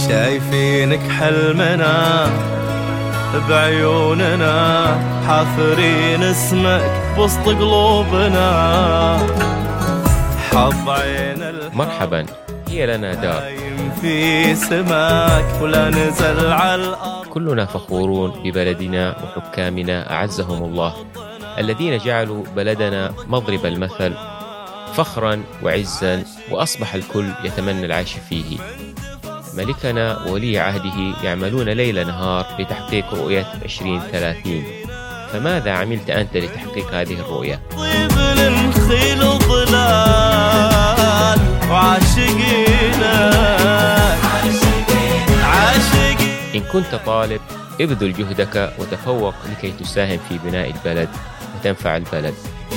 شايفينك حلمنا بعيوننا، حافرين اسمك بوسط قلوبنا. حظ عين مرحبا، هي لنا دار في سماك ولا نزل على الأرض. كلنا فخورون ببلدنا وحكامنا أعزهم الله، الذين جعلوا بلدنا مضرب المثل فخرا وعزا، وأصبح الكل يتمنى العيش فيه. ملكنا وولي عهده يعملون ليل نهار لتحقيق رؤية 2030. فماذا عملت أنت لتحقيق هذه الرؤية؟ طيب للخيل ضلال وعاشقينا. إن كنت طالب ابذل جهدك وتفوق لكي تساهم في بناء البلد وتنفع البلد.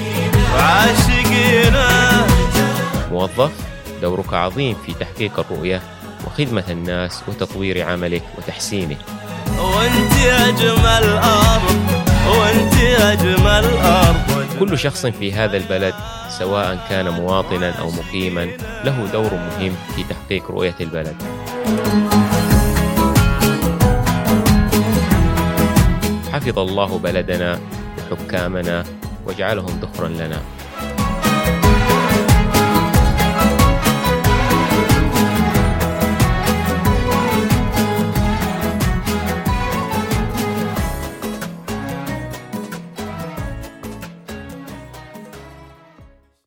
وعاشقينا. موظف، دورك عظيم في تحقيق الرؤية وخدمة الناس وتطوير عمله وتحسينه. وانت أجمل أرض، وانت أجمل أرض. كل شخص في هذا البلد سواء كان مواطنا أو مقيما له دور مهم في تحقيق رؤية البلد. حفظ الله بلدنا وحكامنا واجعلهم ذخرا لنا.